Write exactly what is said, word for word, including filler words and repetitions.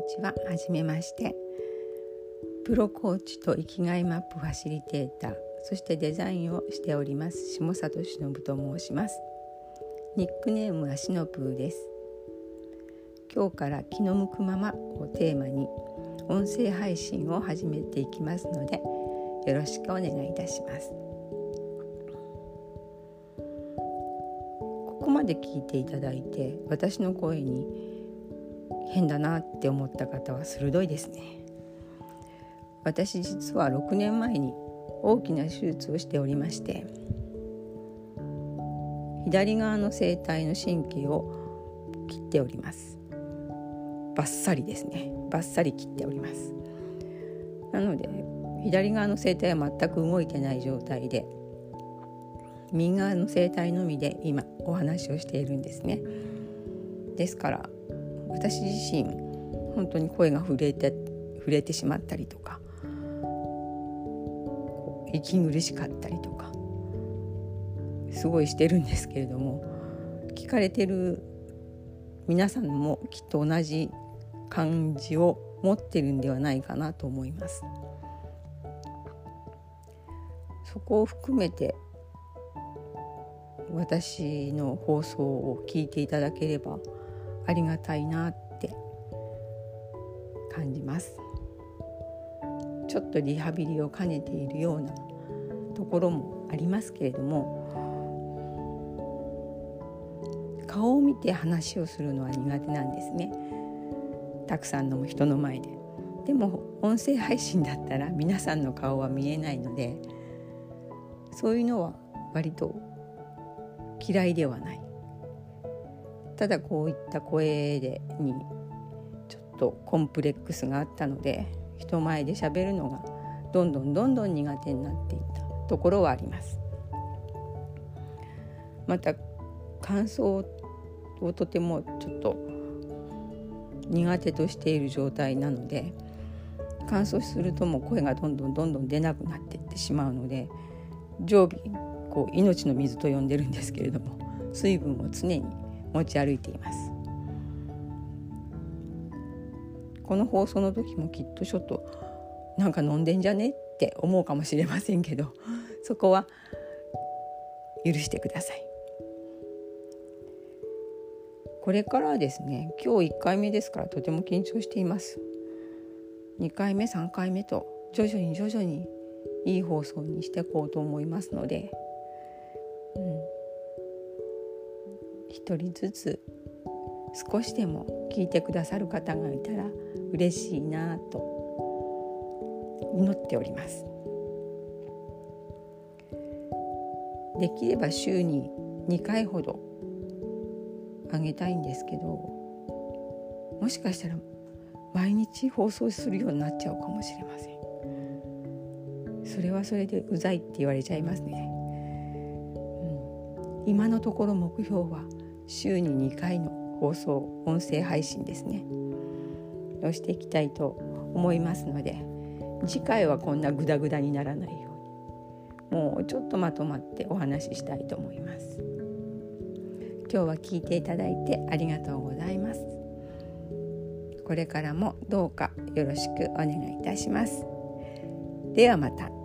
ちは。はじめまして。プロコーチと生きがいマップファシリテーター、そしてデザインをしております下里忍と申します。ニックネームはしのぷーです。今日から気の向くままをテーマに音声配信を始めていきますので、よろしくお願いいたします。ここまで聞いていただいて、私の声に変だなって思った方は鋭いですね。私実はろくねんまえに大きな手術をしておりまして、左側の声帯の神経を切っております。バッサリですね。バッサリ切っております。なので左側の声帯は全く動いてない状態で、右側の声帯のみで今お話をしているんですね。ですから私自身本当に声が震えて震えてしまったりとか、息苦しかったりとかすごいしてるんですけれども、聞かれてる皆さんもきっと同じ感じを持ってるんではないかなと思います。そこを含めて私の放送を聞いていただければありがたいなって感じます。ちょっとリハビリを兼ねているようなところもありますけれども、顔を見て話をするのは苦手なんですね。たくさんの人の前で。でも音声配信だったら皆さんの顔は見えないので、そういうのは割と嫌いではない。ただこういった声でにちょっとコンプレックスがあったので、人前で喋るのがどんどんどんどん苦手になっていったところはあります。また感想をとてもちょっと苦手としている状態なので、乾燥するともう声がどんどんどんどん出なくなっていってしまうので、常備こう命の水と呼んでるんですけれども、水分を常に持ち歩いています。この放送の時もきっとちょっとなんか飲んでんじゃねって思うかもしれませんけど、そこは許してください。これからはですね、今日いっかいめですからとても緊張しています。にかいめさんかいめと徐々に徐々にいい放送にしていこうと思いますので、うん、一人ずつ少しでも聞いてくださる方がいたら嬉しいなと祈っております。できれば週ににかいほどあげたいんですけど、もしかしたら毎日放送するようになっちゃうかもしれません。それはそれでうざいって言われちゃいますね、うん、今のところ目標は週ににかいの放送音声配信ですねをしていきたいと思いますので、次回はこんなグダグダにならないように、もうちょっとまとまってお話ししたいと思います。今日は聞いていただいてありがとうございます。これからもどうかよろしくお願いいたします。ではまた。